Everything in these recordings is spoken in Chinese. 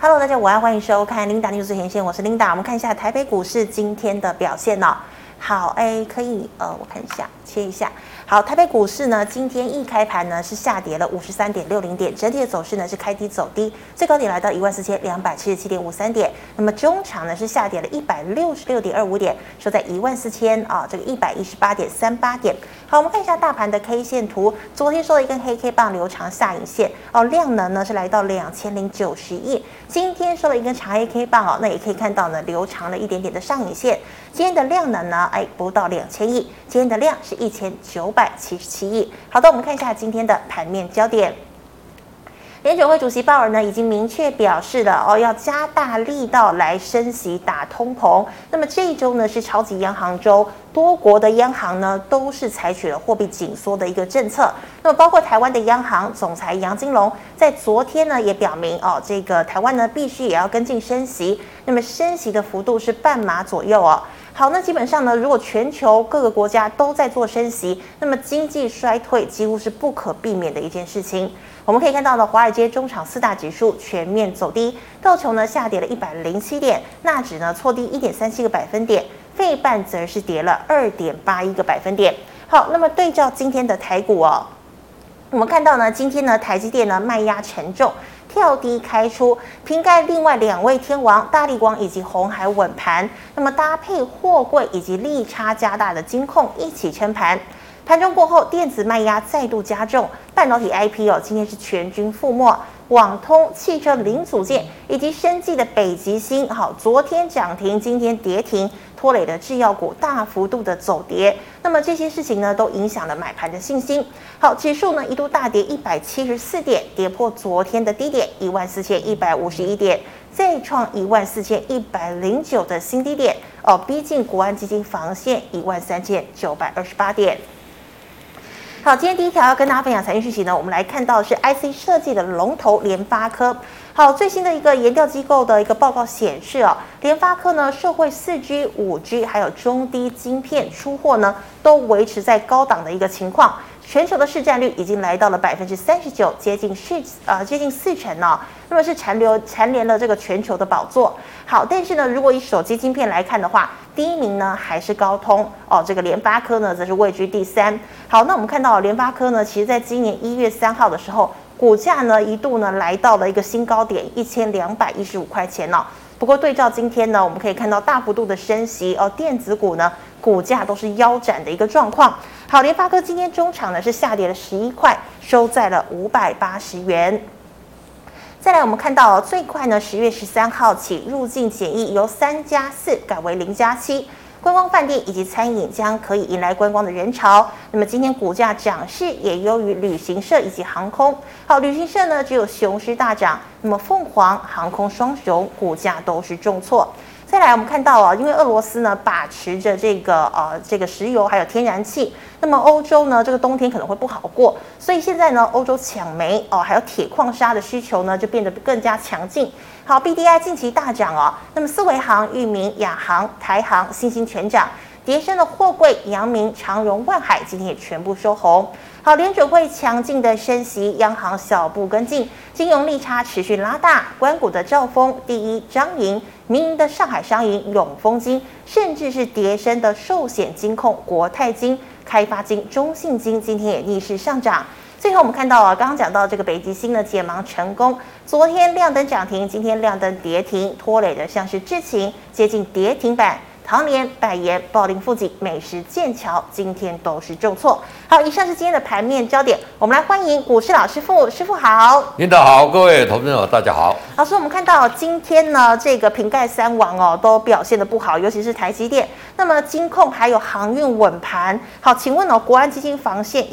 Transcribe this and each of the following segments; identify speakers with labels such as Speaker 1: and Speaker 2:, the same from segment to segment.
Speaker 1: Hello， 大家午安，欢迎收看 Linda News 最前线，我是 Linda。我们看一下台北股市今天的表现哦。好，可以，我看一下，切一下。好，台北股市呢，今天一开盘呢是下跌了53.60点，整体的走势呢是开低走低，最高点来到14277.53点。那么中场呢是下跌了166.25点，收在14118.38点。好，我们看一下大盘的 K 线图，昨天收了一根黑 K 棒留长下影线哦，量能呢是来到2090亿，今天收了一根长黑 K 棒哦，那也可以看到呢留长了一点点的上影线。今天的量能呢，不到2000亿，今天的量是1977亿。好的，我们看一下今天的盘面焦点。联准会主席鲍尔呢已经明确表示了要加大力道来升息打通膨。那么这一周呢是超级央行周，多国的央行呢都是采取了货币紧缩的一个政策。那么包括台湾的央行总裁杨金龙在昨天呢也表明这个台湾呢必须也要跟进升息，那么升息的幅度是半码左右哦。好，那基本上呢，如果全球各个国家都在做升息，那么经济衰退几乎是不可避免的一件事情。我们可以看到呢，华尔街中场四大指数全面走低，道琼呢下跌了107点，纳指呢挫低1.37个百分点，费半则是跌了2.81个百分点。好，那么对照今天的台股我们看到呢，今天呢台积电呢卖压沉重，跳低开出，瓶盖另外2位天王大立光以及鸿海稳盘，那么搭配货柜以及利差加大的金控一起撑盘。盘中过后，电子卖压再度加重，半导体 IP 今天是全军覆没，网通、汽车零组件以及生技的北极星，昨天涨停，今天跌停，拖累了制药股大幅度的走跌。那么这些事情呢，都影响了买盘的信心。好，指数呢一度大跌174点，跌破昨天的低点14151点，再创14109的新低点逼近国安基金防线13928点。好，今天第一条要跟大家分享财经讯息呢，我们来看到的是 IC 设计的龙头联发科。好，最新的一个研调机构的一个报告显示联发科呢，社会4G、5G 还有中低晶片出货呢，都维持在高档的一个情况。全球的市占率已经来到了39%，接近40%那么是蝉联了这个全球的宝座。好，但是呢，如果以手机晶片来看的话，第一名呢还是高通这个联发科呢则是位居第3。好，那我们看到联发科呢，其实在今年1月3号的时候，股价呢一度呢来到了一个新高点1215块钱不过对照今天呢，我们可以看到大幅度的升息电子股呢股价都是腰斩的一个状况。好，联发科今天中场呢是下跌了11块，收在了580元。再来，我们看到最快呢10月13号起入境检疫由3+4改为0+7。观光饭店以及餐饮将可以迎来观光的人潮。那么今天股价涨势也优于旅行社以及航空。好，旅行社呢只有雄狮大涨，那么凤凰、航空双雄股价都是重挫。再来，我们看到因为俄罗斯呢把持着这个石油还有天然气，那么欧洲呢这个冬天可能会不好过，所以现在呢欧洲抢煤还有铁矿砂的需求呢就变得更加强劲。好 ，BDI 近期大涨那么四维航、裕民、亚航、台航、新兴全涨，跌升的货柜、阳明、长荣、万海今天也全部收红。好，联准会强劲的升息，央行小步跟进，金融利差持续拉大，官股的兆丰、第一、彰银，民营的上海商银、永丰金，甚至是跌升的寿险金控国泰金、开发金、中信金，今天也逆势上涨。最后我们看到刚刚讲到这个北极星的解盲成功，昨天亮灯涨停，今天亮灯跌停，拖累的像是智勤接近跌停板。唐联、百研、宝林富锦、美食、剑桥今天都是重挫。好，以上是今天的盘面焦点，我们来欢迎股市老师傅，师傅好。
Speaker 2: 领导好，各位投资者大家好。
Speaker 1: 老师，我们看到今天呢，这个瓶盖3王都表现得不好，尤其是台积电。那么金控还有航运稳盘。好，请问国安基金防线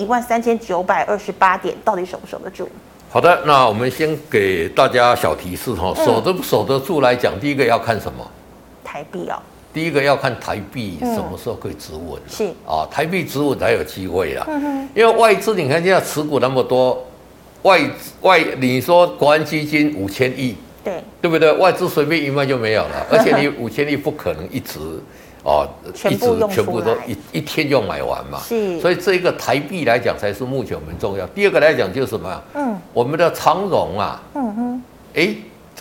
Speaker 1: 13928点，到底守不守得住？
Speaker 2: 好的，那我们先给大家小提示守得不守得住来讲，第一个要看什么？
Speaker 1: 台币
Speaker 2: 第一个要看台币什么时候可以止稳，
Speaker 1: 是
Speaker 2: 台币止稳才有机会啦。因为外资你看现在持股那么多，你说国安基金5000亿，对不对？外资随便一卖就没有了，而且你5000亿不可能一直全部都一天就买完嘛。
Speaker 1: 是，
Speaker 2: 所以这个台币来讲才是目前我们重要。第二个来讲就是什么？我们的长荣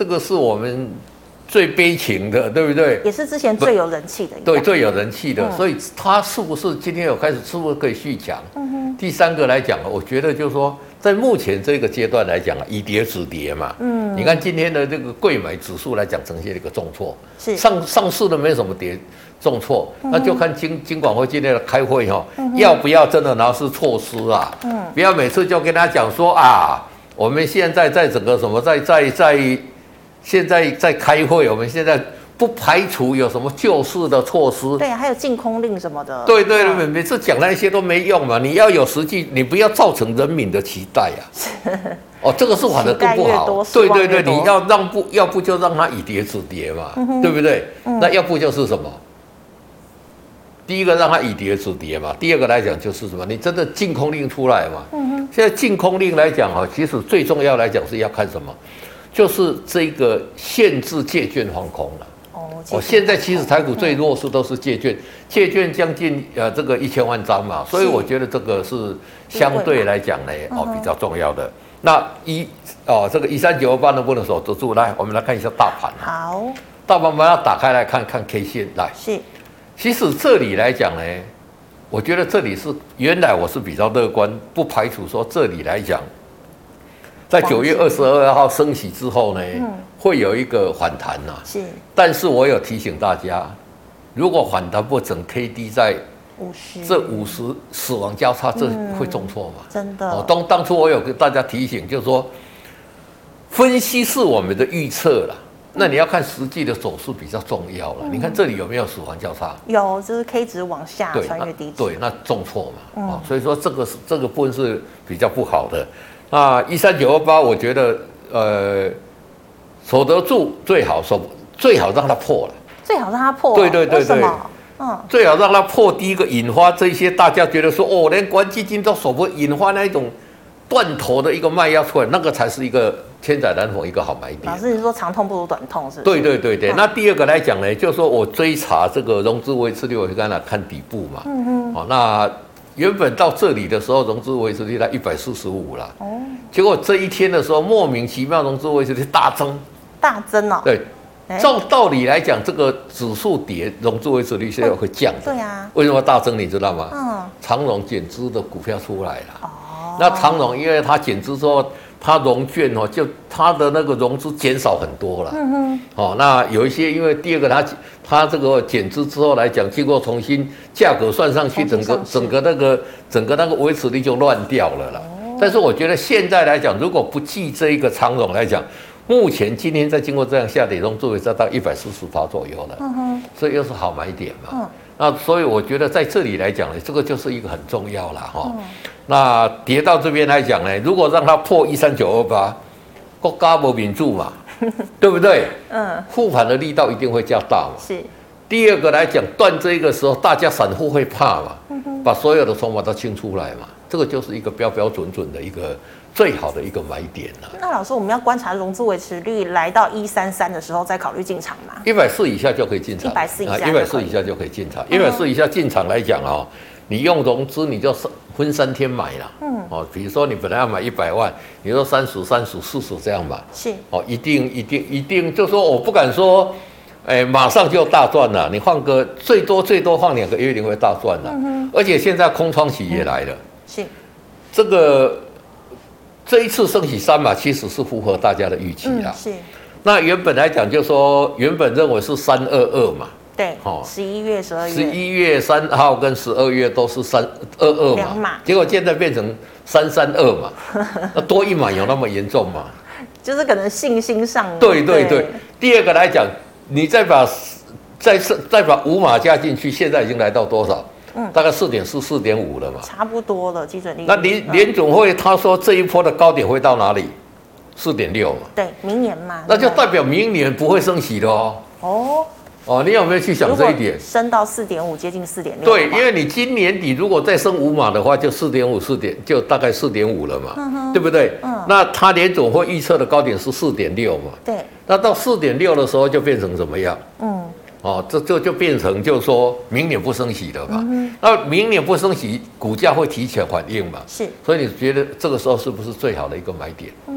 Speaker 2: 这个是我们最悲情的，对不对？
Speaker 1: 也是之前最有人气的一档，
Speaker 2: 对，最有人气的，所以它是不是今天有开始，是不是可以续强？第三个来讲，我觉得就是说，在目前这个阶段来讲以跌止跌嘛，你看今天的这个柜买指数来讲，呈现了一个重挫，
Speaker 1: 是
Speaker 2: 上市的没什么跌重挫，那就看金管会今天的开会要不要真的拿出措施啊？不要每次就跟他讲说啊，我们现在在整个什么现在在开会，我们现在不排除有什么救市的措施。
Speaker 1: 对，还有禁空令什么的。
Speaker 2: 对，每次讲那些都没用嘛，你要有实际，你不要造成人民的期待啊。这个是反而更不好。对，你要要不就让它以跌止跌嘛，对不对？那要不就是什么？第一个让它以跌止跌嘛，第二个来讲就是什么？你真的禁空令出来嘛？现在禁空令来讲其实最重要来讲是要看什么？就是这个限制借券放空了。现在其实台股最弱势都是借券将近这个1000万张嘛，所以我觉得这个是相对来讲呢比较重要的。那这个13928能不能守得住？来，我们来看一下大盘。
Speaker 1: 好，
Speaker 2: 大盘我们要打开来看看 K 线来。
Speaker 1: 是，
Speaker 2: 其实这里来讲呢，我觉得这里是原来我是比较乐观，不排除说这里来讲。在9月22号升息之后呢，会有一个反弹呐。是，但是我有提醒大家，如果反弹不整 ，KD 在50，这50死亡交叉，这会重挫嘛？
Speaker 1: 真的。
Speaker 2: 当初我有跟大家提醒，就是说，分析是我们的预测啦，那你要看实际的走势比较重要了。你看这里有没有死亡交叉？
Speaker 1: 有，就是 K 值往下穿越低值。
Speaker 2: 对，那重挫嘛。所以说这个部分是比较不好的。那13928，我觉得守得住最好让它破了，
Speaker 1: 最好让它破。
Speaker 2: 对，
Speaker 1: 为什么？
Speaker 2: 最好让它破。第一个引发这些大家觉得说连国安基金都守不，引发那一种断头的一个卖压出来，那个才是一个千载难逢一个好买点。
Speaker 1: 老师，你说长痛不如短痛是不是？
Speaker 2: 对。那第二个来讲呢，就是说我追查这个融资维持率，我就刚才看底部嘛。那原本到这里的时候，融资维持率在145了。结果这一天的时候，莫名其妙融资维持率大增哦。对，照道理来讲，这个指数跌，融资维持率现在会降的。
Speaker 1: 对啊。
Speaker 2: 为什么大增？你知道吗？长荣减资的股票出来了。那长荣因为它减资之后，它融券就它的那个融资减少很多了。那有一些因为第二个它这个减资之后来讲，经过重新价格算上去，整个那个维持率就乱掉了啦。但是我觉得现在来讲，如果不计这一个长荣来讲，目前今天在经过这样下跌中，作为在到148左右了，所以又是好买点嘛。那所以我觉得在这里来讲呢，这个就是一个很重要啦。那跌到这边来讲呢，如果让它破13928，国家没民主嘛，对不对？护盘的力道一定会加大嘛。是。第二个来讲，断这个时候，大家散户会怕嘛，把所有的筹码都清出来嘛，这个就是一个标标准准的一个最好的一个买点了。
Speaker 1: 那老师，我们要观察融资维持率来到133的时候再考虑进场吗
Speaker 2: ？140以下就可以进场。140以下就可以进场。140以下进场来讲你用融资你就分3天买了。比如说你本来要买100万，你说30、40这样买。是。一定，就说我不敢说。马上就大赚了。你放个最多放2个月，一定会大赚了。而且现在空窗期也来了。是。这一次升息3码，其实是符合大家的预期啦。是。那原本来讲，就说原本认为是322嘛。
Speaker 1: 对。11月、12月。
Speaker 2: 11月3号跟12月都是322嘛。2码。结果现在变成332嘛。那多1码有那么严重吗？
Speaker 1: 就是可能信心上。
Speaker 2: 对。第二个来讲。你再把5码加进去，现在已经来到多少？大概4.4、4.5了嘛。差
Speaker 1: 不多了，基准利率。
Speaker 2: 那联总会他说这一波的高点会到哪里？4.6嘛。
Speaker 1: 对，明年嘛。
Speaker 2: 那就代表明年不会升息的你有没有去想这一点？
Speaker 1: 升到4.5，接近4.6。
Speaker 2: 对，因为你今年底如果再升5码的话，就4.5、就大概4.5了嘛，对不对？那他联总会预测的高点是4.6嘛。对。那到4.6的时候就变成怎么样？这就变成就是说明年不升息了嘛。那明年不升息，股价会提前反应嘛。是。所以你觉得这个时候是不是最好的一个买点？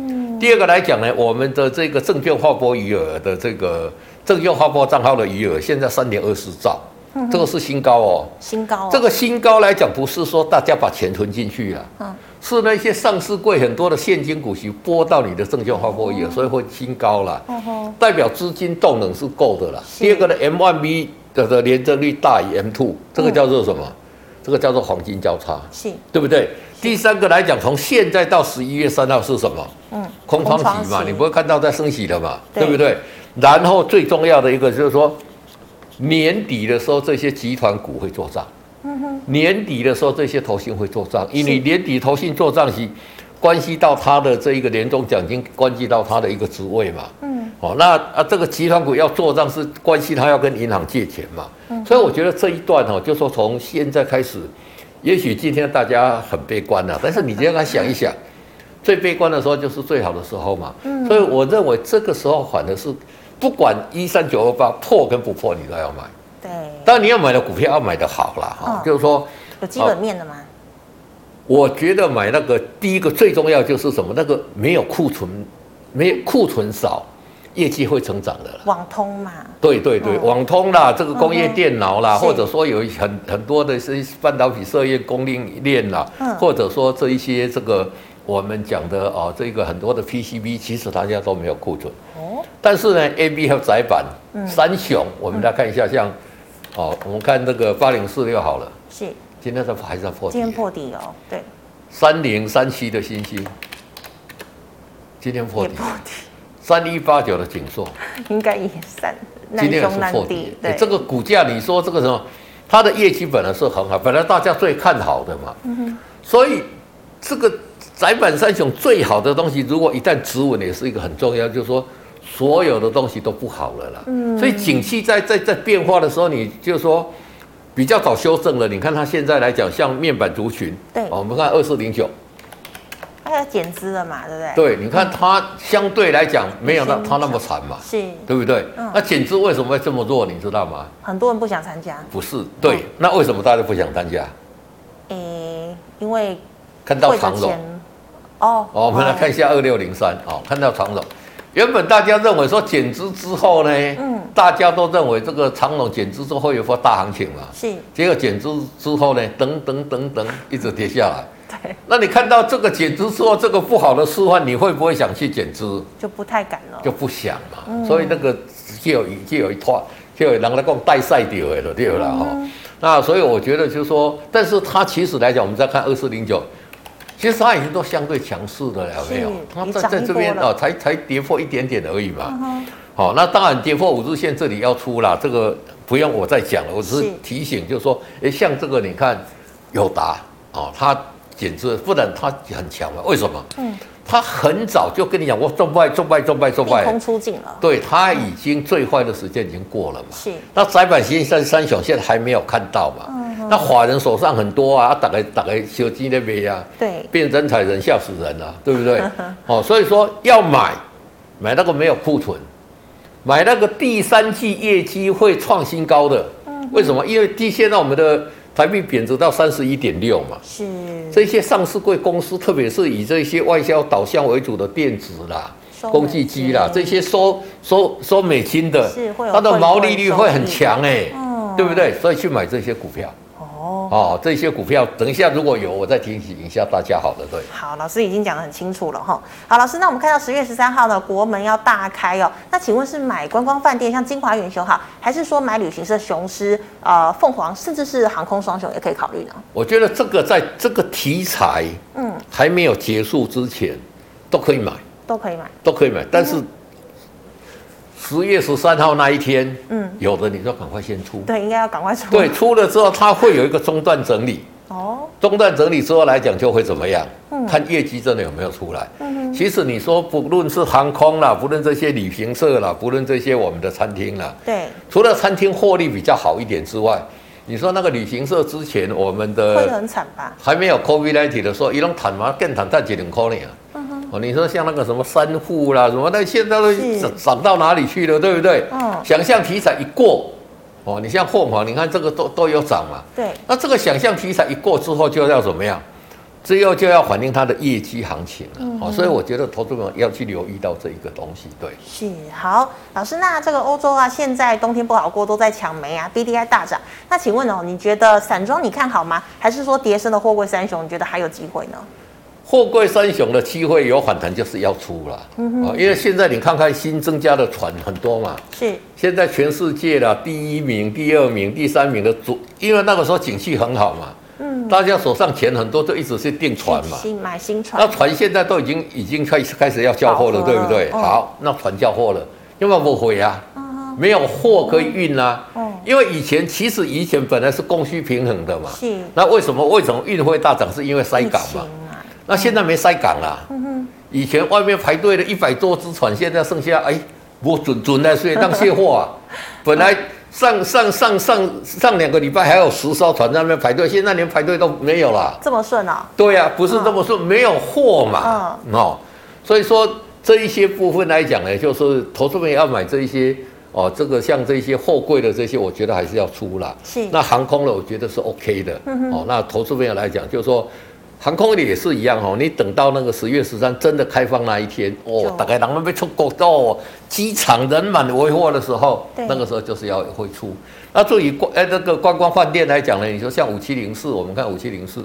Speaker 2: 第二个来讲呢，我们的这个证券划拨余额的这个证券划拨账号的余额，现在3.24兆，这个是新高哦，
Speaker 1: 新高。这
Speaker 2: 个新高来讲，不是说大家把钱存进去啊，是那些上市柜很多的现金股息拨到你的证券划拨余额，所以会新高啦，代表资金动能是够的啦。第二个呢 ，M1B 的年增率大于 M2，这个叫做什么？这个叫做黄金交叉，对不对？第三个来讲，从现在到11月3号是什么？空窗期嘛，你不会看到在升息了嘛，对不对？然后最重要的一个就是说，年底的时候这些集团股会做账，年底的时候这些投信会做账，因为年底投信做账是关系到他的这一个年终奖金，关系到他的一个职位嘛，那这个集团股要做账是关系他要跟银行借钱嘛，所以我觉得这一段就说从现在开始。也许今天大家很悲观了，但是你这样想一想，最悲观的时候就是最好的时候嘛。所以我认为这个时候反而是不管13928破跟不破，你都要买。
Speaker 1: 对，
Speaker 2: 当然你要买的股票要买的好啦，就是说
Speaker 1: 有基本面的吗？
Speaker 2: 我觉得买那个第一个最重要就是什么？那个没有库存，没有库存少。业绩会成长的啦，
Speaker 1: 网通嘛，
Speaker 2: 对，网通啦，这个工业电脑啦，或者说有很多的是半导体设业供应链啦，或者说这一些这个我们讲的这个很多的 PCB， 其实大家都没有库存，但是呢 ，AB 和载板三雄，我们来看一下，像我们看这个8046好了，
Speaker 1: 是，
Speaker 2: 今天还是在破底，
Speaker 1: 今天破底哦，对
Speaker 2: ，3037的星星，今天破底。3189的景硕
Speaker 1: 应该也
Speaker 2: 今天也是破底。这个股价，你说这个什么，它的业绩本来是很好，本来大家最看好的嘛。所以这个载板三雄最好的东西，如果一旦止稳，也是一个很重要，就是说所有的东西都不好了啦。所以景气在变化的时候，你就说比较早修正了。你看它现在来讲，像面板族群，
Speaker 1: 对，
Speaker 2: 我们看2409。
Speaker 1: 它要减资了嘛，对不对？
Speaker 2: 对，你看它相对来讲没有它那么惨嘛，
Speaker 1: 是，
Speaker 2: 对不对？那减资为什么会这么弱？你知道吗？
Speaker 1: 很多人不想参加。
Speaker 2: 不是，对，那为什么大家不想参加？
Speaker 1: 因为
Speaker 2: 看到长荣。我们来看一下2603，看到长荣。原本大家认为说减资之后呢，大家都认为这个长荣减资之后有波大行情嘛，
Speaker 1: 是。
Speaker 2: 结果减资之后呢，等，一直跌下来。那你看到这个减资之后，这个不好的示范，你会不会想去减资？
Speaker 1: 就不太敢了，
Speaker 2: 就不想嘛。所以那个就有一团，就有人来讲带赛掉的对了哈。那所以我觉得就是说，但是它其实来讲，我们再看2409，其实它已经都相对强势的了，有没有？它在这边才跌破一点点而已嘛。好，那当然跌破5日线这里要出啦，这个不用我再讲了，我只是提醒，就是说，像这个你看友达它。减资，不然它很强嘛？为什么？它很早就跟你讲，我做败，利
Speaker 1: 空出尽了。
Speaker 2: 对，它已经最坏的时间已经过了嘛。
Speaker 1: 是。
Speaker 2: 那载板新三雄现在还没有看到嘛？那法人手上很多啊，大概小鸡那边啊，
Speaker 1: 对，
Speaker 2: 变人踩人，吓死人了，对不对？所以说要买那个没有库存，买那个第三季业绩会创新高的。为什么？因为现在我们的台币贬值到31.6嘛，
Speaker 1: 是
Speaker 2: 这些上市柜公司，特别是以这些外销导向为主的电子啦、工具机啦，这些收美金的，它的毛利率会很强对不对？所以去买这些股票。这些股票，等一下如果有，我再提醒一下大家，好的，对。
Speaker 1: 好，老师已经讲得很清楚了哈。好，老师，那我们看到10月13号呢，国门要大开哦。那请问是买观光饭店，像金华远雄好，还是说买旅行社雄狮、凤凰，甚至是航空双雄也可以考虑呢？我
Speaker 2: 觉得这个在这个题材还没有结束之前，都可以买，都可以买，但是。10月13号那一天，有的你就赶快先出，
Speaker 1: 对，应该要赶快出。
Speaker 2: 对，出了之后它会有一个中段整理，中段整理之后来讲就会怎么样？看业绩真的有没有出来。其实你说不论是航空啦，不论这些旅行社啦，不论这些我们的餐厅啦，
Speaker 1: 对，
Speaker 2: 除了餐厅获利比较好一点之外，你说那个旅行社之前我们的
Speaker 1: 会很惨吧？
Speaker 2: 还没有 COVID-19 的时候，一拢谈嘛，更谈在2块钱啊。你说像那个什么珊瑚啦，什么那现在都涨到哪里去了，对不对？想象题材一过，你像凤凰，你看这个都有涨嘛。
Speaker 1: 对。
Speaker 2: 那这个想象题材一过之后，就要怎么样？ 之后就要反映它的业绩行情了。所以我觉得投资者要去留意到这一个东西。对，
Speaker 1: 是好，老师，那这个欧洲啊，现在冬天不好过，都在抢煤啊 ，BDI 大涨。那请问哦，你觉得散装你看好吗？还是说跌升的货柜三雄，你觉得还有机会呢？
Speaker 2: 货柜三雄的机会有反弹，就是要出了。因为现在你看看新增加的船很多嘛，
Speaker 1: 是
Speaker 2: 现在全世界的第一名、第二名、第三名的因为那个时候景气很好嘛，大家手上钱很多，就一直是订船嘛，
Speaker 1: 买新船。
Speaker 2: 那船现在都已经开始要交货了，对不对？好，那船交货了，有没有不回啊？没有货可以运啊。因为以前本来是供需平衡的嘛，是。那为什么运费大涨？是因为塞港嘛。那现在没塞港啦。以前外面排队的100多只船，现在剩下我准来所以当卸货啊。本来上2个礼拜还有10艘船在那边排队，现在连排队都没有了。
Speaker 1: 这么顺啊？
Speaker 2: 对啊，不是这么顺，没有货嘛。所以说这一些部分来讲呢，就是投资人要买这一些这个像这些货柜的这些，我觉得还是要出啦。是。那航空的我觉得是 OK 的。那投资人来讲，就是说。航空也是一样你等到那个10月13真的开放那一天大概人们被出国到机场人满为患的时候，那个时候就是会出。那至于那个观光饭店来讲呢，你说像5704，我们看5704，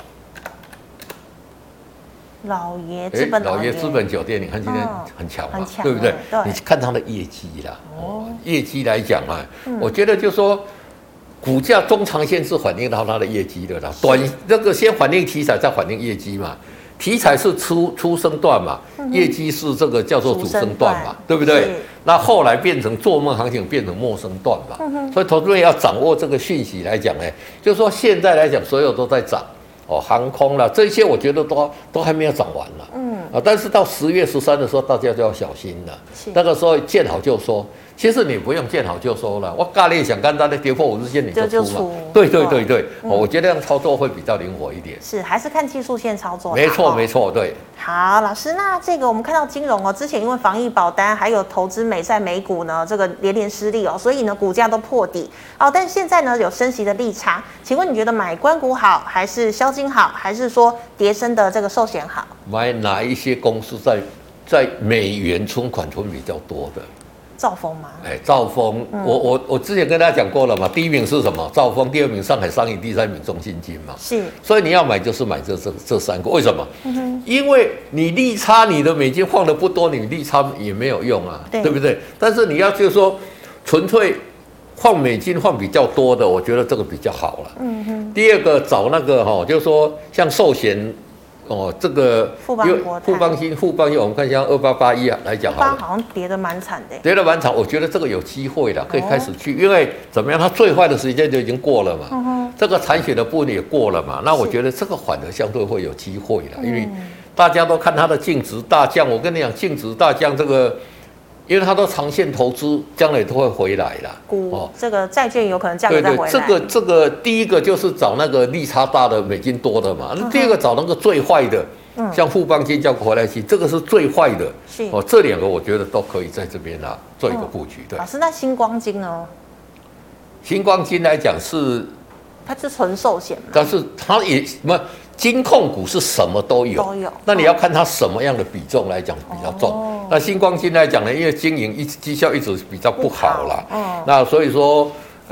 Speaker 1: 老爷
Speaker 2: 资本酒店，你看今天很强嘛，对不对？你看它的业绩啦，业绩来讲我觉得就是说。股价中长线是反映到它的业绩的啦，这个先反映题材，再反映业绩嘛。题材是初升段嘛，业绩是这个叫做主升段嘛，对不对？那后来变成做梦行情，变成末升段嘛。所以投资人要掌握这个讯息来讲呢，就是说现在来讲，所有都在涨航空啦这些，我觉得都还没有涨完了。但是到10月13的时候，大家就要小心了。那个时候见好就收。其实你不用见好就收了，我咖喱想干单的跌破50日线你就出嘛。对，我觉得这样操作会比较灵活一点。
Speaker 1: 是，还是看技术线操作。
Speaker 2: 没错，对。
Speaker 1: 好，老师，那这个我们看到金融之前因为防疫保单还有投资美债美股呢，这个连失利所以呢股价都破底但现在呢有升息的利差，请问你觉得买官股好，还是销金好，还是说跌升的这个寿险好？
Speaker 2: 买哪一些公司在美元存款比较多的？
Speaker 1: 兆丰吗？
Speaker 2: 兆丰，我之前跟大家讲过了嘛，第一名是什么？兆丰，第二名上海商银，第三名中信金嘛。是，所以你要买就是买这3个，为什么？因为你利差你的美金放的不多，你利差也没有用啊，对不对？但是你要就是说纯粹放美金放比较多的，我觉得这个比较好了。第二个找那个就是说像寿险。这个
Speaker 1: 富邦新，
Speaker 2: 我们看一下2881来讲好了，
Speaker 1: 好像跌得蛮惨的。
Speaker 2: 跌得蛮惨，我觉得这个有机会了，可以开始去，因为怎么样，它最坏的时间就已经过了嘛，这个残血的部分也过了嘛，那我觉得这个反而相对会有机会了，因为大家都看它的净值大降，我跟你讲，净值大降这个。因为它都长线投资，将来都会回来啦。
Speaker 1: 这个债券有可能价格再回来。
Speaker 2: 这个第一个就是找那个利差大的美金多的嘛。第二个找那个最坏的，像富邦金、叫回来金，这个是最坏的。这2个我觉得都可以在这边做一个布局。对。
Speaker 1: 老师，那星光金呢？
Speaker 2: 星光金来讲是，
Speaker 1: 它是纯寿险嘛，
Speaker 2: 但是它也什么？金控股是什么都有，那你要看它什么样的比重来讲比较重。那星光金来讲呢，因为经营绩效一直比较不好啦，那所以说，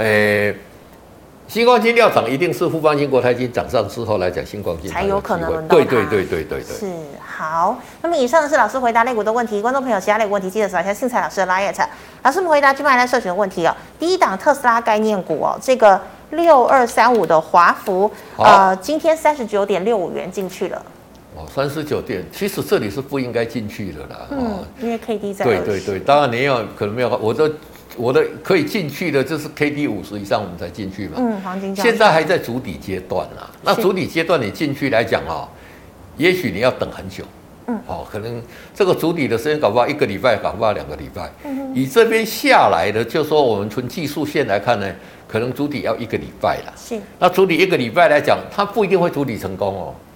Speaker 2: 星光金要涨，一定是富邦金、国泰金涨上之后来讲，星光金
Speaker 1: 才有可能轮到它。
Speaker 2: 对。
Speaker 1: 是好。那么以上是老师回答类股的问题，观众朋友其他类股问题记得扫一下信彩老师的LINE。老师们回答今晚来社群的问题第一档特斯拉概念股这个。6235的华孚，今天39.65元进去了。
Speaker 2: 39点，其实这里是不应该进去的啦。
Speaker 1: 因为 KD 在。
Speaker 2: 对，当然你要可能没有，我的可以进去的，就是 KD 50以上我们才进去嘛。黄金现在还在筑底阶段啦。那筑底阶段你进去来讲也许你要等很久。可能这个筑底的时间搞不好1个礼拜，搞不好2个礼拜。以这边下来的，就说我们从技术线来看呢。可能筑底要1个礼拜了，是。那筑底1个礼拜来讲，它不一定会筑底成功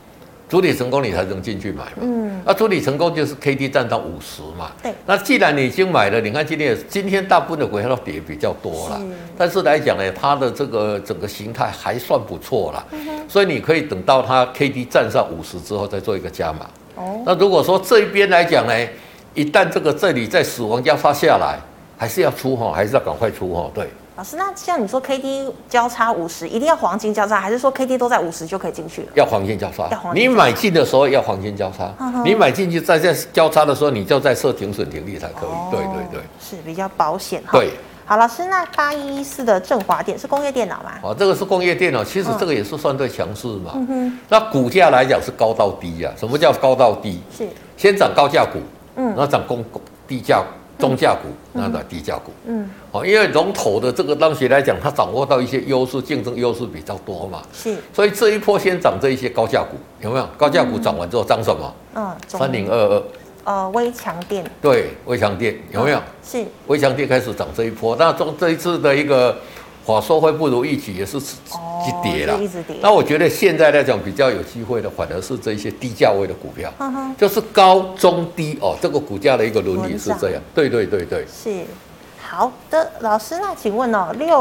Speaker 2: 主体成功你才能进去买嘛。那主体成功就是 K D 站到50嘛。
Speaker 1: 对。
Speaker 2: 那既然你已经买了，你看今天大部分的股票都跌比较多了，但是来讲呢，它的这个整个形态还算不错啦。所以你可以等到它 K D 站上50之后再做一个加码。那如果说这一边来讲呢，一旦这里在死亡交叉下来，还是要出哈，还是要赶快出哈。对。
Speaker 1: 老师，那像你说 K D 交叉50，一定要黄金交叉，还是说 K D 都在50就可以进去了？
Speaker 2: 要黄金交叉。你买进的时候要黄金交叉，你买进去在交叉的时候，你就在设停损停利才可以。对对对，
Speaker 1: 是比较保险哈。
Speaker 2: 对。
Speaker 1: 好，老师，那8114的振华电是工业电脑吗？
Speaker 2: 这个是工业电脑，其实这个也是相对强势嘛。那股价来讲是高到低啊。什么叫高到低？是先涨高价股，然后涨低价中价股，那涨低价股。因为龙头的这个东西来讲，它掌握到一些优势，竞争优势比较多嘛。是，所以这一波先涨这一些高价股，有没有？高价股涨完之后涨什么？3022。
Speaker 1: 微强电。对，
Speaker 2: 微强电有没有？
Speaker 1: 是。微
Speaker 2: 强电开始涨这一波，那这一次的一个法说会不如预期，也是一跌了。
Speaker 1: 一直跌。
Speaker 2: 那我觉得现在来讲比较有机会的，反而是这一些低价位的股票，就是高中低这个股价的一个伦理是这样。对对对对。
Speaker 1: 是。好的，老师，那请问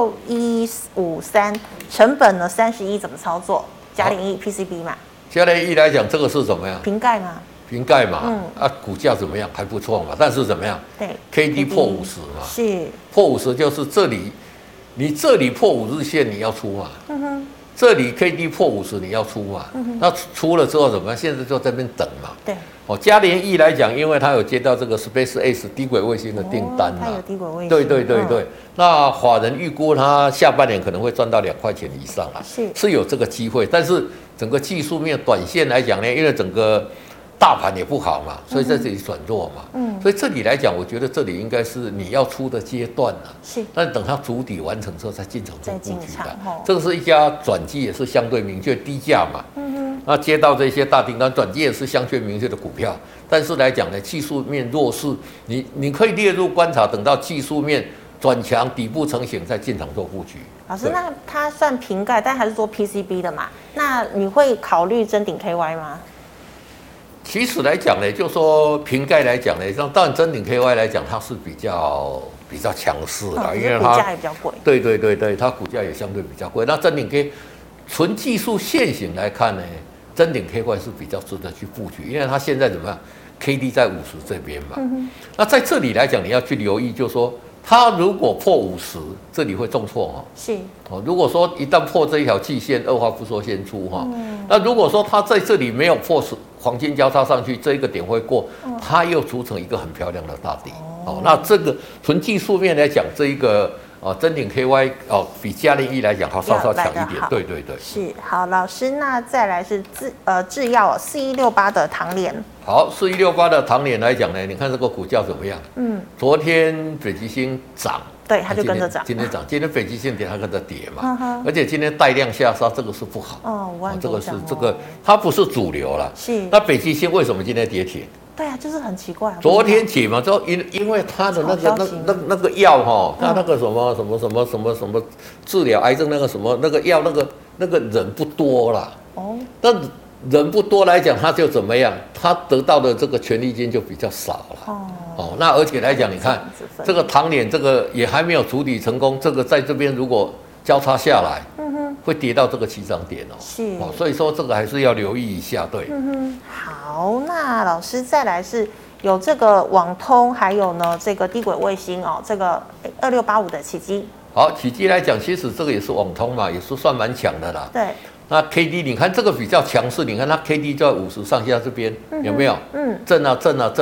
Speaker 1: 6153成本呢31怎么操作？嘉联益 PCB 嘛？
Speaker 2: 嘉联益来讲，这个是怎么样？
Speaker 1: 瓶盖吗？
Speaker 2: 瓶盖嘛，股价怎么样？还不错嘛，但是怎么样？
Speaker 1: 对
Speaker 2: ，K D 破50嘛，是破50就是这里，你这里破5日线你要出嘛，这里 K D 破50你要出嘛，那出了之后怎么样？现在就在那边等嘛。对，嘉联益来讲，因为它有接到这个 SpaceX 低轨卫星的订单嘛，
Speaker 1: 它有低轨卫星，
Speaker 2: 对对对对，那法人预估它下半年可能会赚到2块钱以上啊，是有这个机会，但是整个技术面短线来讲呢，因为整个大盘也不好嘛，所以在这里转弱嘛，所以这里来讲，我觉得这里应该是你要出的阶段了，是，但等它主底完成之后再进场做布局的，这个是一家转机，也是相对明确低价嘛，那接到这些大订单，转机也是相对明确的股票，但是来讲呢，技术面弱势，你可以列入观察，等到技术面转强，底部成型再进场做布局。
Speaker 1: 老师，那它算瓶盖，但还是做 PCB 的嘛？那你会考虑臻鼎 KY 吗？
Speaker 2: 其实来讲呢，就说瓶盖来讲呢，像当然臻鼎 KY 来讲，它是比较强势的，因为它
Speaker 1: 股价也比较贵。
Speaker 2: 对对对对，它股价也相对比较贵。那臻鼎 K 纯技术线型来看呢，臻鼎 KY 是比较值得去布局，因为它现在怎么样 ，K D 在50这边嘛。那在这里来讲，你要去留意，就是说它如果破50，这里会重挫是如果说一旦破这一条季线，二话不说先出那如果说它在这里没有破黄金交叉上去，这一个点会过，它又组成一个很漂亮的大底那这个纯技术面来讲，这一个臻鼎 KY 比嘉联益来讲它稍强一点，对对对。
Speaker 1: 是好，老师，那再来是制药4168的唐联。
Speaker 2: 好，4168的唐联来讲呢，你看这个股价怎么样？昨天北极星涨。
Speaker 1: 对，它就跟着涨。
Speaker 2: 今天涨，今天北极星跌，它跟着跌嘛。而且今天带量下杀，这个是不好。这个是它不是主流了。是。那北极星为什么今天跌停？
Speaker 1: 对啊，就是很奇怪。
Speaker 2: 昨天解嘛，之后因为它的那个药它那个什么治疗癌症那个什么那个药那个人不多啦。但人不多来讲，他就怎么样？他得到的这个权利金就比较少了。那而且来讲，你看这个唐联这个也还没有处理成功，这个在这边如果交叉下来，会跌到这个起涨点是所以说这个还是要留意一下。对，
Speaker 1: 好，那老师再来是有这个网通，还有呢这个低轨卫星这个2685的启基。
Speaker 2: 好，启基来讲，其实这个也是网通嘛，也是算蛮强的啦。对。那 K D 你看这个比较强势，你看它 K D 在50上下这边有没有？震啊，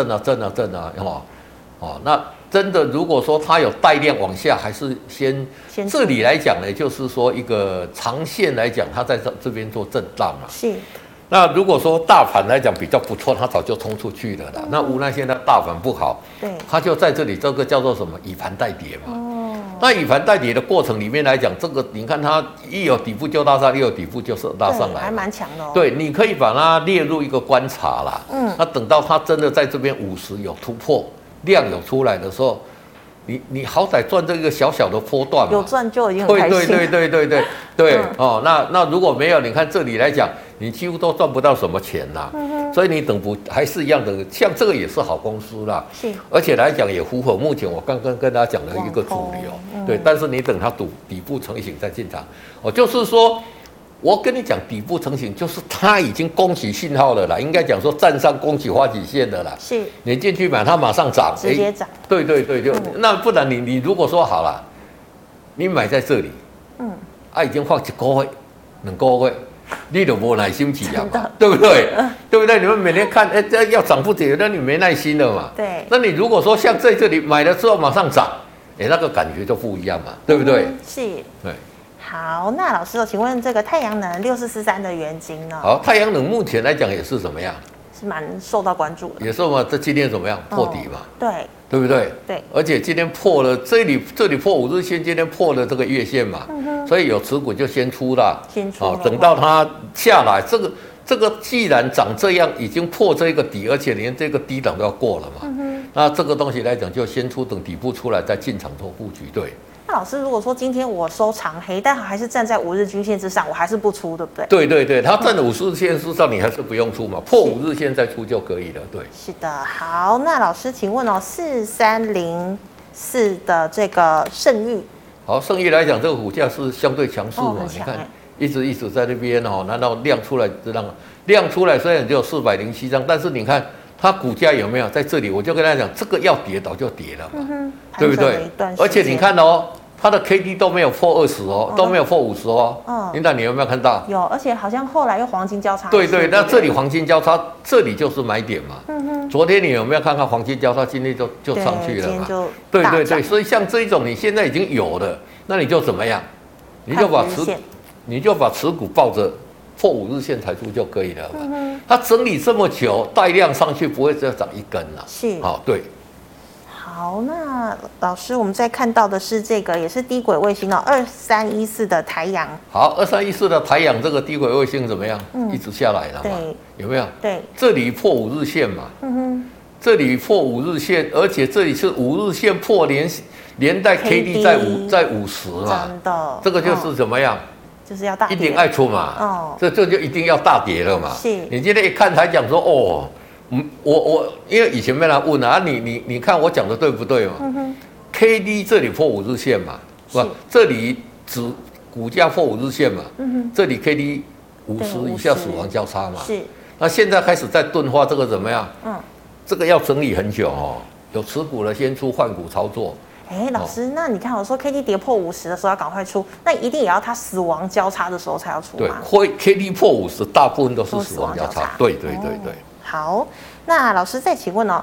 Speaker 2: 那真的如果说它有带量往下，还是先这里来讲呢，就是说一个长线来讲，它在这边做震荡嘛。是。那如果说大盘来讲比较不错，它早就冲出去了啦。那无奈现在大盘不好，对，它就在这里，这个叫做什么？以盘代跌嘛。那以盘代跌的过程里面来讲，这个你看它一有底部就拉上，一有底部就是拉上来，
Speaker 1: 还蛮强的。
Speaker 2: 对，你可以把它列入一个观察啦。那等到它真的在这边50有突破，量有出来的时候，你好歹赚这个小小的波段嘛，
Speaker 1: 有赚就已经很开心。
Speaker 2: 对。那如果没有，你看这里来讲， 你几乎都赚不到什么钱啦。所以你等不还是一样的，像这个也是好公司啦，
Speaker 1: 是，
Speaker 2: 而且来讲也符合目前我刚刚跟大家讲的一个主流，对。但是你等它底部成型再进场，就是说。我跟你讲，底部成型就是它已经攻击信号了啦，应该讲说站上攻击发起线的啦。
Speaker 1: 是，
Speaker 2: 你进去买，它马上涨，
Speaker 1: 直接涨。
Speaker 2: 对，就那不然你如果说好了，你买在这里，已经放1个月、2个月，你就没耐心起啊嘛，对不对？对不对？你们每天看，这要涨不跌，那你没耐心了嘛。
Speaker 1: 对。
Speaker 2: 那你如果说像在这里买了之后马上涨，那个感觉就不一样嘛，对不对？
Speaker 1: 是。
Speaker 2: 对。
Speaker 1: 好，那老师请问这个太阳能6443的元晶呢？
Speaker 2: 好，太阳能目前来讲也是怎么样？
Speaker 1: 是蛮受到关注的。
Speaker 2: 也是嘛，这今天怎么样？破底嘛。
Speaker 1: 对。
Speaker 2: 对不对？
Speaker 1: 对。而
Speaker 2: 且今天破了这里破5日线，今天破了这个月线嘛。所以有持股就先出了。
Speaker 1: 先出。
Speaker 2: 等到它下来，这个既然长这样，已经破这个底，而且连这个低档都要过了嘛。那这个东西来讲，就先出，等底部出来再进场做布局。对。
Speaker 1: 那老师，如果说今天我收长黑，但还是站在5日均线之上，我还是不出，对不对？对，
Speaker 2: 它站在50日线之上，你还是不用出嘛，破5日线再出就可以了。对，
Speaker 1: 是的。好，那老师，请问4304的这个圣域，
Speaker 2: 好，圣域来讲，这个股价是相对强势嘛，你看一直在那边难道量出来量出来虽然只有407张，但是你看。它股价有没有在这里？我就跟他讲，这个要跌倒就跌了嘛，对不对？而且你看它的 K D 都没有破20哦，都没有破50哦。领导，你有没有看到？
Speaker 1: 有，而且好像后来又黄金交叉。
Speaker 2: 对，那这里黄金交叉，这里就是买点嘛。昨天你有没有看看黄金交叉？今天就上去了嘛。对，所以像这一种你现在已经有了，那你就怎么样？你就把持股抱着。破5日线才出就可以了嘛。它整理这么久，带量上去不会只涨一根啦。
Speaker 1: 是。
Speaker 2: 对。
Speaker 1: 好，那老师，我们再看到的是这个也是低轨卫星2314的台阳。
Speaker 2: 好，2314的台阳这个低轨卫星怎么样？一直下来了嘛？对。有没有？
Speaker 1: 对。
Speaker 2: 这里破5日线嘛。这里破5日线，而且这里是5日线破连带 K D 在50嘛。真的。这个就是怎么样？
Speaker 1: 就是要大跌，
Speaker 2: 一定爱出嘛，这就一定要大跌了嘛。
Speaker 1: 是，
Speaker 2: 你今天一看才讲说我因为以前被他问啊，你看我讲的对不对嘛？K D 这里破5日线嘛，是吧？这里股价破5日线嘛，这里 K D 50以下死亡交叉嘛。是，那现在开始在钝化，这个怎么样？这个要整理很久哦，有持股的先出换股操作。
Speaker 1: 老师，那你看我说 K D 跌破50的时候要赶快出，那一定也要它死亡交叉的时候才要出吗？
Speaker 2: 对，K D 破50，大部分都是死亡交叉。对。
Speaker 1: 好，那老师再请问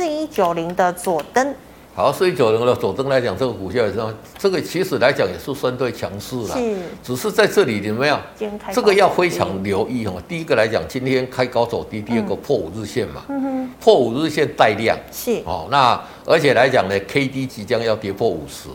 Speaker 1: 4190的佐登。
Speaker 2: 好，4190的佐登来讲，这个股价也是，这个其实来讲也是相对强势啦。是。只是在这里有没有？这个要非常留意哦。第一个来讲，今天开高走低，第二个破5日线嘛。破5日线带量。是。那而且来讲呢 ，K D 即将要跌破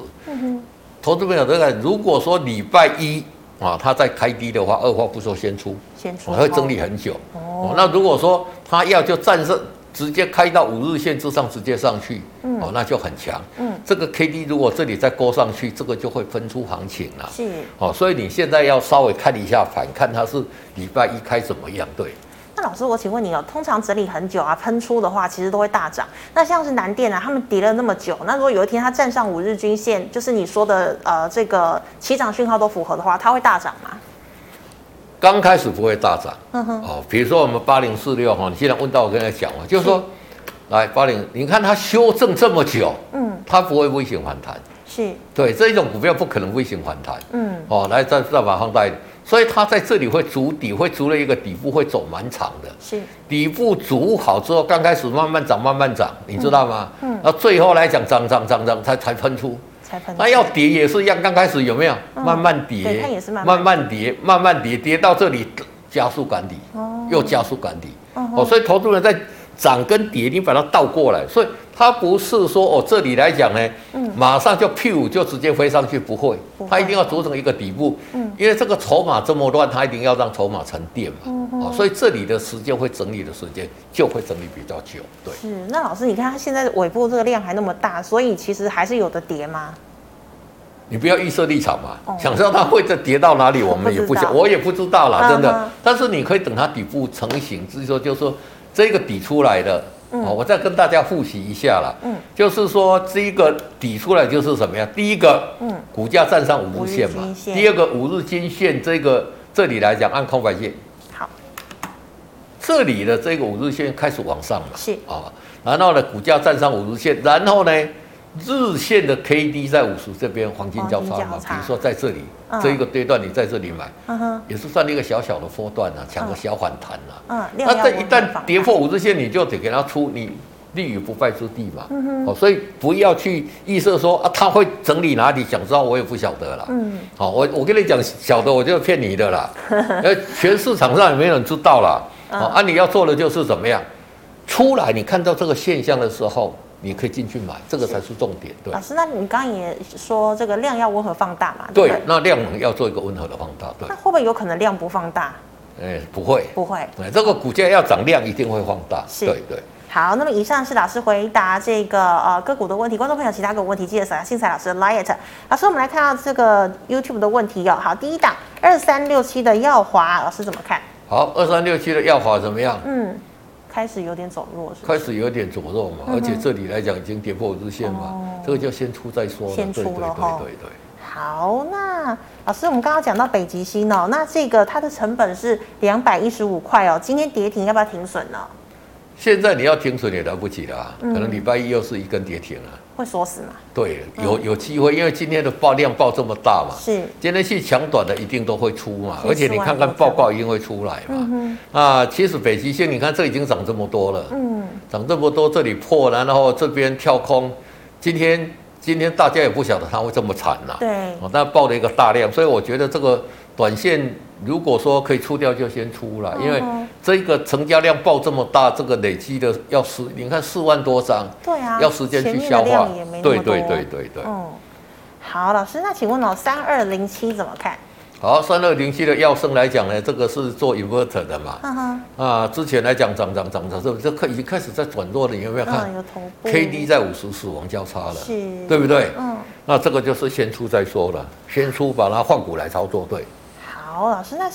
Speaker 2: 50。投资朋友这个，如果说礼拜一它再开低的话，二话不说先出，会整理很久。那如果说它要就战胜。直接开到5日线之上，直接上去，那就很强。这个 K D 如果这里再勾上去，这个就会分出行情了。是，所以你现在要稍微看一下盘，看它是礼拜一开怎么样。对。
Speaker 1: 那老师，我请问你通常整理很久喷出的话，其实都会大涨。那像是南电他们跌了那么久，那如果有一天它站上5日均线，就是你说的这个起涨讯号都符合的话，它会大涨吗？
Speaker 2: 刚开始不会大涨，比如说我们8046你既然问到我跟他讲嘛，就是说，来80，你看它修正这么久，它不会微型反弹，是，对，这一种股票不可能微型反弹，来再把它放大一点，所以它在这里会筑底，会筑了一个底部，会走蛮长的，是，底部筑好之后，刚开始慢慢涨，你知道吗？那最后来讲涨才喷出。那要跌也是一样，刚开始有没有慢慢跌？它也是慢慢跌，跌到这里加速赶底，又加速赶底。所以投资人在涨跟跌，你把它倒过来，所以它不是说这里来讲呢，马上就就直接飞上去，不会，它一定要组成一个底部，因为这个筹码这么乱，它一定要让筹码沉淀嘛。所以这里的时间会整理的时间就会整理比较久。对，
Speaker 1: 是。那老师，你看它现在尾部这个量还那么大，所以其实还是有的跌吗？
Speaker 2: 你不要预设立场嘛，想知道它会再跌到哪里，我们也不想，我也不知道啦，真的。但是你可以等它底部成型，就是说这个底出来的，我再跟大家复习一下啦。就是说这个底出来就是什么呀？第一个，股价站上5日线嘛。第二个5日均线，这里来讲按空白线。
Speaker 1: 好，
Speaker 2: 这里的这个5日线开始往上嘛。
Speaker 1: 是
Speaker 2: 啊，然后呢，股价站上5日线，然后呢？日线的 K D 在50这边黄金交叉嘛，比如说在这里这一个阶段，你在这里买，也是算一个小小的波段啊，抢个小反弹啊。那这一旦跌破5日线，你就得给它出，你立于不败之地嘛。所以不要去预设说啊，它会整理哪里，想知道我也不晓得啦。我跟你讲，晓得我就骗你的啦。全市场上也没人知道啦。你要做的就是怎么样，出来你看到这个现象的时候。你可以进去买，这个才是重点。对，
Speaker 1: 老师，那你刚刚也说这个量要温和放大嘛？
Speaker 2: 对，那量能要做一个温和的放大。对，
Speaker 1: 那会不会有可能量不放大？
Speaker 2: 不会，
Speaker 1: 不会。
Speaker 2: 这个股价要涨，量一定会放大。对对。
Speaker 1: 好，那么以上是老师回答这个个股的问题，观众朋友其他个问题记得扫下信彩老师的 Light。老师，我们来看到这个 YouTube 的问题哦。好，第一档2367的耀华，老师怎么看？
Speaker 2: 好，2367的耀华怎么样？
Speaker 1: 开始有点走弱，
Speaker 2: 开始有点走弱嘛，而且这里来讲已经跌破5日线嘛，这个就先出再说了。
Speaker 1: 先出了哈。
Speaker 2: 对。
Speaker 1: 好，那老师，我们刚刚讲到北极星哦，那这个它的成本是215块哦，今天跌停要不要停损呢？
Speaker 2: 现在你要停损也来不及了，可能礼拜一又是一根跌停了。会
Speaker 1: 锁死嘛？
Speaker 2: 对，有机会，因为今天的量爆这么大嘛，
Speaker 1: 是
Speaker 2: 今天去抢短的一定都会出嘛，而且你看看报告一定会出来嘛。其实北极星，你看这已经涨这么多了，涨这么多，这里破了，然后这边跳空，今天大家也不晓得它会这么惨呐。
Speaker 1: 对，
Speaker 2: 但爆了一个大量，所以我觉得这个短线如果说可以出掉就先出了，因为这个成交量爆这么大，这个累积的你看4万多张，
Speaker 1: 对啊，
Speaker 2: 要时间去消化。对。
Speaker 1: 好，老师，那请问3207怎么看？
Speaker 2: 好，3207的耀升来讲呢，这个是做 inverter 的嘛，之前来讲涨，这已经开始在转弱了，你有没有看？
Speaker 1: 有头部
Speaker 2: ，K D 在50死亡交叉了，对不对？那这个就是先出再说了，先出把它换股来操作，对。
Speaker 1: 好，老师，那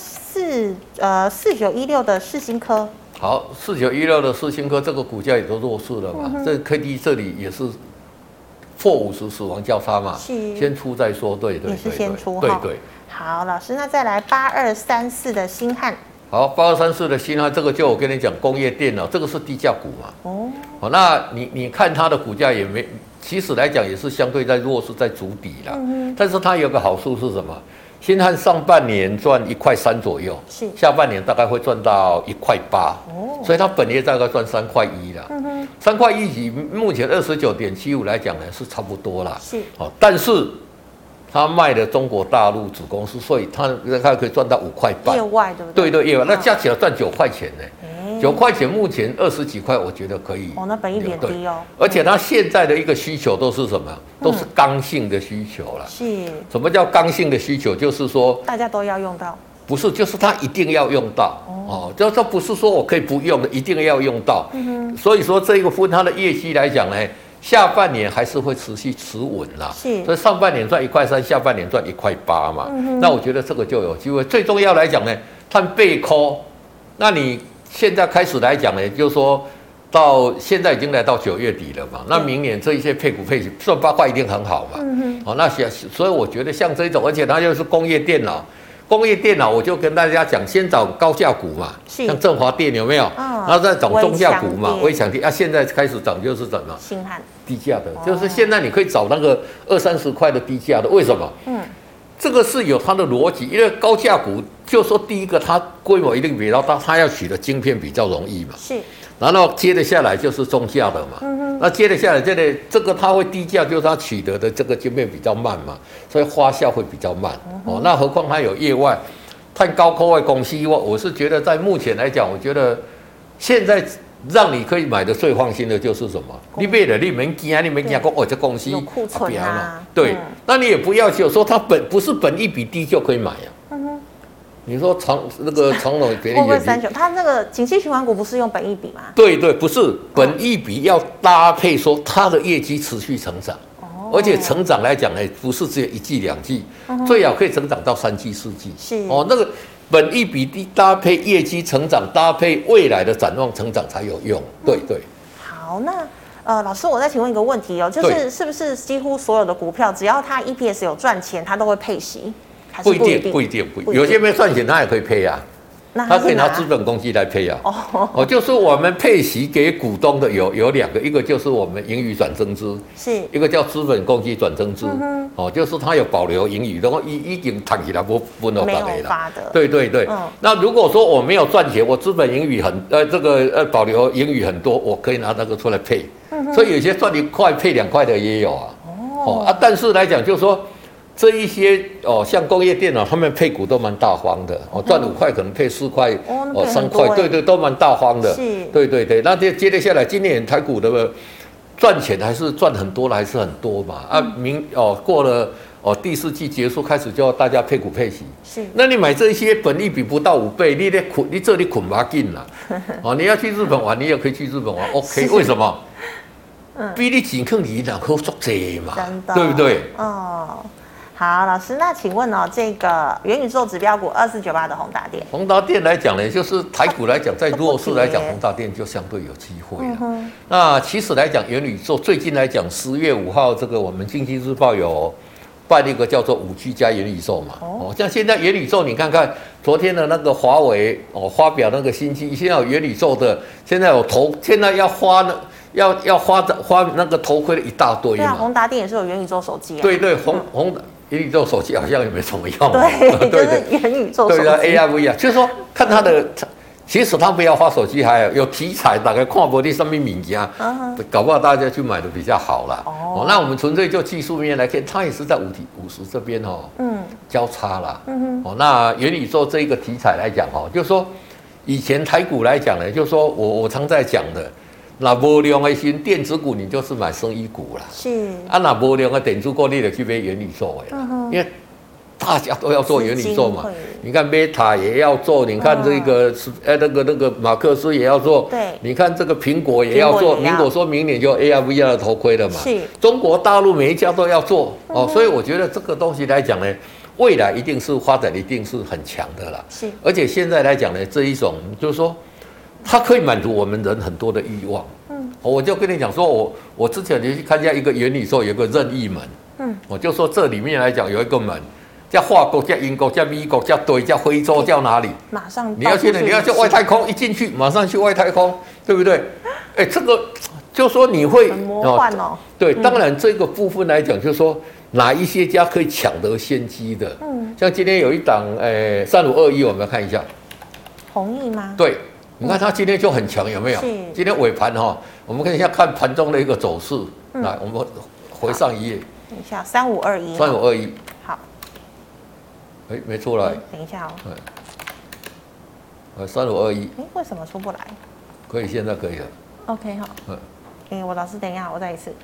Speaker 1: 4916的世新科，
Speaker 2: 好，4916的世新科这个股价也都弱势了嘛，这 K D 这里也是破50死亡交叉嘛，先出再说，对，
Speaker 1: 也是先出，
Speaker 2: 对。
Speaker 1: 好，老师，那再来8234的新汉。
Speaker 2: 好，8234的新汉，这个就我跟你讲，工业电脑这个是低价股嘛。那你看它的股价也没，其实来讲也是相对在弱势，在筑底啦。但是它有个好处是什么？新汉上半年赚1.3块左右，下半年大概会赚到1.8块，所以它本业大概赚3.1块啦。3.1块以目前29.75来讲呢是差不多啦。但是他卖的中国大陆子公司，所以他可以赚到5.8块。
Speaker 1: 业外对不对？
Speaker 2: 对，业外，那加起来赚9块钱呢。9块钱，目前20几块，我觉得可以。
Speaker 1: 那本益比低哦。
Speaker 2: 而且它现在的一个需求都是什么？都是刚性的需求了。什么叫刚性的需求？就是说
Speaker 1: 大家都要用到。
Speaker 2: 不是，就是它一定要用到。这不是说我可以不用的，一定要用到。所以说这个分它的业绩来讲呢，下半年还是会持续持稳啦。所以上半年赚1.3块，下半年赚1.8块嘛。那我觉得这个就有机会。最重要来讲呢，看背扣。那你现在开始来讲呢，就是说到现在已经来到9月底了嘛，那明年这一些配股配息赚8块一定很好嘛。所以我觉得像这种，而且它又是工业电脑，我就跟大家讲，先找高价股嘛，像振华电有没有？然后再找中价股嘛，微强电现在开始涨就是什么？
Speaker 1: 新汉
Speaker 2: 低价的，就是现在你可以找那个20-30块的低价的，为什么？这个是有它的逻辑，因为高价股就说第一个它规模一定比较大，它要取的晶片比较容易嘛。然后接着下来就是中价的嘛。那接着下来这个它会低价，就是它取得的这个晶片比较慢嘛，所以发酵会比较慢。那何况它有业外，看高科技公司，我是觉得在目前来讲，我觉得现在让你可以买的最放心的就是什么？你买了你没惊，说这公司
Speaker 1: 有库存啊。
Speaker 2: 对，那你也不要求说它不是本益比低就可以买啊。你说长荣别的
Speaker 1: 会不会39？它那个景气循环股不是用本益比吗？
Speaker 2: 对，不是本益比要搭配说它的业绩持续成长。 而且成长来讲呢，不是只有1季2季，最好可以成长到3季4季。
Speaker 1: 是
Speaker 2: 那个本益比低搭配业绩成长，搭配未来的展望成长才有用。对。
Speaker 1: 好，那老师，我再请问一个问题哦，就是是不是几乎所有的股票，只要它 EPS 有赚钱，它都会配息？还是
Speaker 2: 不一定，有些没赚钱，它也可以配啊。他可以拿资本公积来配啊。就是我们配息给股东的有2个，一个就是我们盈余转增资，
Speaker 1: 是
Speaker 2: 一个叫资本公积转增资。就是它有保留盈余，然后已经躺起来不能
Speaker 1: 没有
Speaker 2: 发
Speaker 1: 的。
Speaker 2: 对。那如果说我没有赚钱，我资本盈余这个保留盈余很多，我可以拿那个出来配。所以有些赚1块配2块的也有啊。但是来讲就是说。这一些像工业电脑，他们配股都蛮大方的，赚5块可能配4块，3块，对，都蛮大方的。对。那接着下来，今年台股的赚钱还是赚很多了，还是很多嘛。过了第4季结束开始就要大家配股配息。
Speaker 1: 是。
Speaker 2: 那你买这一些本益比不到5倍，你这里捆把劲了。你要去日本玩，你也可以去日本玩 ，OK？ 为什么？比你钱更离然好做多嘛，对不对？
Speaker 1: 好，老师，那请问这个元宇宙指标股2498的宏达电，
Speaker 2: 宏达电来讲呢，就是台股来讲，在弱势来讲，宏达电就相对有机会了。那其实来讲，元宇宙最近来讲，10月5号这个我们经济日报有办一个叫做5G 加元宇宙嘛。像现在元宇宙，你看看昨天的那个华为发表那个新机，现在有元宇宙的，现在现在要花那个头盔的一大堆嘛。
Speaker 1: 对啊，宏达电也是有元宇宙手机啊。
Speaker 2: 对，元宇宙手机好像也没什么用。
Speaker 1: 对，就是元宇宙手机。
Speaker 2: 对啊 ，AR/VR， 就是说看它的，其实它不要花手机，还有题材，大概看不到上面物件，搞不好大家去买的比较好啦。那我们纯粹就技术面来看，它也是在50这边交叉啦。那元宇宙这一个题材来讲就是说以前台股来讲呢，就是说我常在讲的。那无量的电子股，你就是买生医股啦。
Speaker 1: 是
Speaker 2: 那无量的电子股，你就去买元宇宙的啦。因为大家都要做元宇宙嘛。你看 Meta 也要做，你看这个那个马克思也要做。
Speaker 1: 对。
Speaker 2: 你看这个苹果也要做，苹果说明年就 AR/VR 的头盔了嘛。
Speaker 1: 是。
Speaker 2: 中国大陆每一家都要做所以我觉得这个东西来讲呢，未来一定是发展一定是很强的啦。
Speaker 1: 是。
Speaker 2: 而且现在来讲呢，这一种就是说。它可以满足我们人很多的欲望。我就跟你讲说，我之前你去看一下一个元宇宙，有个任意门。我就说这里面来讲有一个门，叫法国、叫英国、叫美国、叫对、叫非洲、叫哪里？
Speaker 1: 马上
Speaker 2: 你要去外太空，一进去马上去外太空，对不对？这个就说你会
Speaker 1: 很魔幻
Speaker 2: 对，当然这个部分来讲，就是说哪一些家可以抢得先机的。像今天有一档3521，我们要看一下。
Speaker 1: 弘毅吗？
Speaker 2: 对。你看它今天就很强，有没有？今天尾盘我们看一下看盘中的一个走势。来，我们回上一页。
Speaker 1: 等一下，3521。
Speaker 2: 3521。
Speaker 1: 好。
Speaker 2: 没出来。
Speaker 1: 等一下
Speaker 2: 3521。
Speaker 1: 为什么出不来？
Speaker 2: 可以，现在可以了。
Speaker 1: OK 好。我老师等一下，我再一次。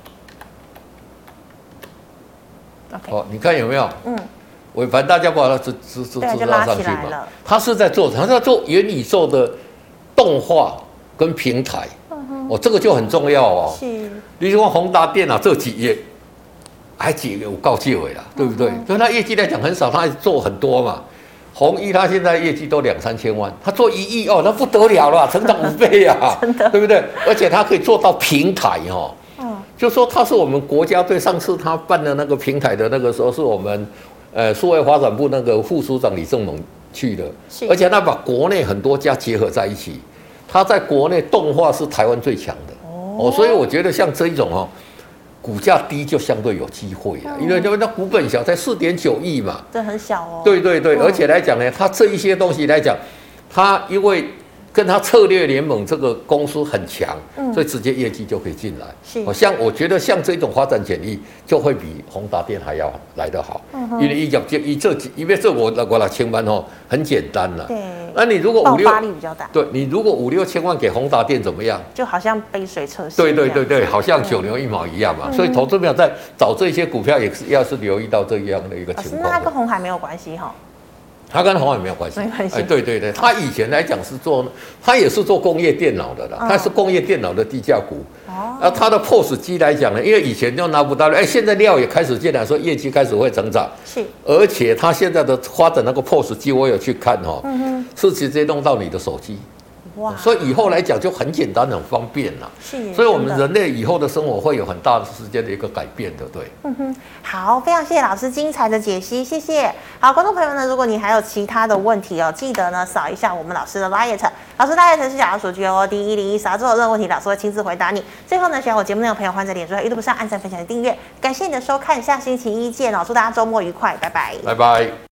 Speaker 2: OK。你看有没有？尾盘大家把它直拉上去嘛。它是在做元宇宙的动画跟平台。这个就很重要是。你说宏达电这几页还几个有告诫尾啦，对不对？所以它业绩来讲很少，它还做很多嘛。弘毅它现在业绩都2-3千万，它做1亿那不得了了，成长5倍啊，
Speaker 1: 真的，
Speaker 2: 对不对？而且它可以做到平台就说它是我们国家队上次他办的那个平台的那个时候，是我们数位发展部那个副署长李正猛去的，而且他把国内很多家结合在一起，他在国内动画是台湾最强的所以我觉得像这一种股价低就相对有机会因为那股本小，才4.9亿嘛，
Speaker 1: 这很小
Speaker 2: 对，而且来讲呢，它这一些东西来讲，它因为跟它策略联盟这个公司很强，所以直接业绩就可以进来。我觉得像这种发展潜力，就会比宏达电还要来得好。因为因为这我6千万很简单了。
Speaker 1: 对。
Speaker 2: 那你如果
Speaker 1: 爆发力比较大。
Speaker 2: 对，你如果5-6千万给宏达电怎么样？
Speaker 1: 就好像杯水车薪。
Speaker 2: 对，好像九牛一毛一样嘛。所以投资者在找这些股票也是要是留意到这样的一个情况。
Speaker 1: 那它跟鸿海没有关系
Speaker 2: 它跟鸿海没有关系，
Speaker 1: 没关系。
Speaker 2: 对对对，它以前来讲是做，它也是做工业电脑的啦，它是工业电脑的低价股。它的 POS 机来讲呢，因为以前就拿不到，现在料也开始进来，说业绩开始会成长。
Speaker 1: 是。
Speaker 2: 而且它现在的发展那个 POS 机，我有去看哦，是直接弄到你的手机。哇！所以以后来讲就很简单、很方便了。是。所以我们人类以后的生活会有很大的时间的一个改变的，对。
Speaker 1: 好，非常谢谢老师精彩的解析，谢谢。好，观众朋友呢，如果你还有其他的问题哦，记得呢扫一下我们老师的 Light， 老师 Light 是小老鼠 GOD101，扫之后有任何问题，老师会亲自回答你。最后呢，喜欢我节目内容的朋友，欢迎在脸书和 YouTube 上按赞、分享、订阅。感谢你的收看，下星期一见哦，祝大家周末愉快，拜拜，
Speaker 2: 拜拜。